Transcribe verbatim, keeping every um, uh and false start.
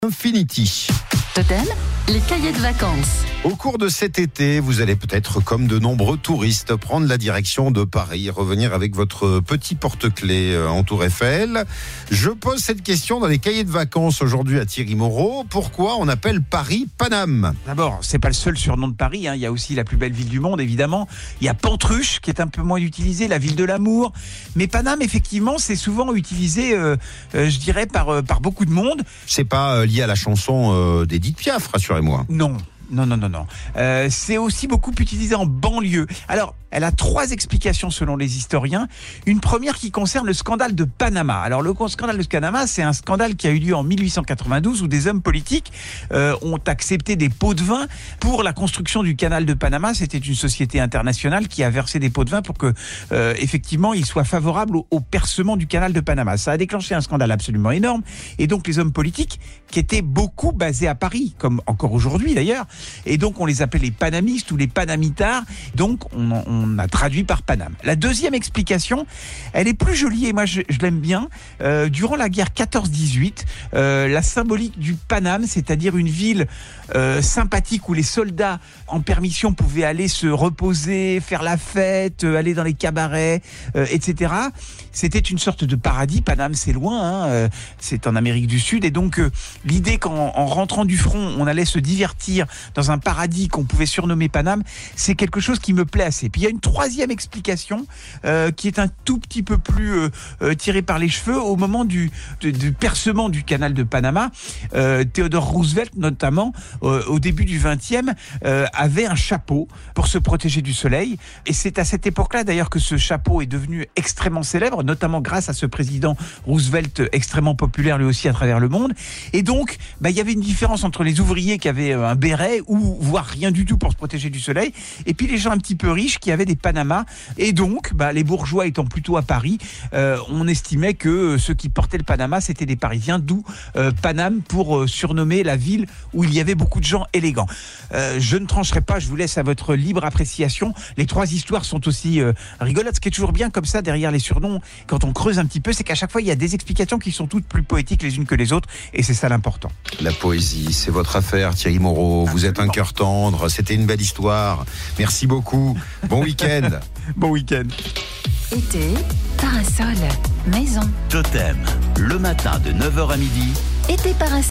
Infinity. Totem, les cahiers de vacances. Au cours de cet été, vous allez peut-être, comme de nombreux touristes, prendre la direction de Paris, revenir avec votre petit porte-clés en Tour Eiffel. Je pose cette question dans les cahiers de vacances aujourd'hui à Thierry Moreau. Pourquoi on appelle Paris Paname ? D'abord, c'est pas le seul surnom de Paris, hein. Il y a aussi la plus belle ville du monde, évidemment. Il y a Pantruche, qui est un peu moins utilisée, la ville de l'amour. Mais Paname, effectivement, c'est souvent utilisé, euh, euh, je dirais, par, euh, par beaucoup de monde. C'est pas euh, lié à la chanson euh, d'Edith Piaf, rassurez-moi. Non. Non, non, non, non. Euh, c'est aussi beaucoup utilisé en banlieue. Alors, elle a trois explications selon les historiens. Une première qui concerne le scandale de Panama. Alors, le scandale de Panama, c'est un scandale qui a eu lieu en mille huit cent quatre-vingt-douze où des hommes politiques euh, ont accepté des pots de vin pour la construction du canal de Panama. C'était une société internationale qui a versé des pots de vin pour que, euh, effectivement, il soit favorable au, au percement du canal de Panama. Ça a déclenché un scandale absolument énorme. Et donc, les hommes politiques, qui étaient beaucoup basés à Paris, comme encore aujourd'hui d'ailleurs, et donc on les appelait les panamistes ou les panamitards, donc on, on a traduit par Paname. La deuxième explication, elle est plus jolie et moi je, je l'aime bien. Euh, durant la guerre quatorze dix-huit, euh, la symbolique du Paname, c'est-à-dire une ville euh, sympathique où les soldats en permission pouvaient aller se reposer, faire la fête, euh, aller dans les cabarets, euh, et cetera. C'était une sorte de paradis. Paname, c'est loin, hein, euh, c'est en Amérique du Sud, et donc euh, l'idée qu'en en rentrant du front, on allait se divertir dans un paradis qu'on pouvait surnommer Paname, c'est quelque chose qui me plaît assez. Puis il y a une troisième explication euh, qui est un tout petit peu plus euh, euh, tirée par les cheveux. Au moment du, du, du percement du canal de Panama, euh, Theodore Roosevelt notamment, euh, au début du vingtième, euh, avait un chapeau pour se protéger du soleil. Et c'est à cette époque-là d'ailleurs que ce chapeau est devenu extrêmement célèbre, notamment grâce à ce président Roosevelt extrêmement populaire lui aussi à travers le monde. Et donc, bah, il y avait une différence entre les ouvriers qui avaient un béret ou voire rien du tout pour se protéger du soleil, et puis les gens un petit peu riches qui avaient des Panamas. Et donc, bah, les bourgeois étant plutôt à Paris, euh, on estimait que ceux qui portaient le Panama, c'était des Parisiens, d'où euh, Paname pour euh, surnommer la ville où il y avait beaucoup de gens élégants. Euh, je ne trancherai pas, je vous laisse à votre libre appréciation. Les trois histoires sont aussi euh, rigolotes. Ce qui est toujours bien comme ça derrière les surnoms, quand on creuse un petit peu, c'est qu'à chaque fois, il y a des explications qui sont toutes plus poétiques les unes que les autres, et c'est ça l'important. La poésie, c'est votre affaire, Thierry Moreau. Vous êtes un cœur tendre, c'était une belle histoire. Merci beaucoup. Bon week-end. Bon week-end. Été, parasol, maison. Totem, le matin de neuf heures à midi. Été parasol.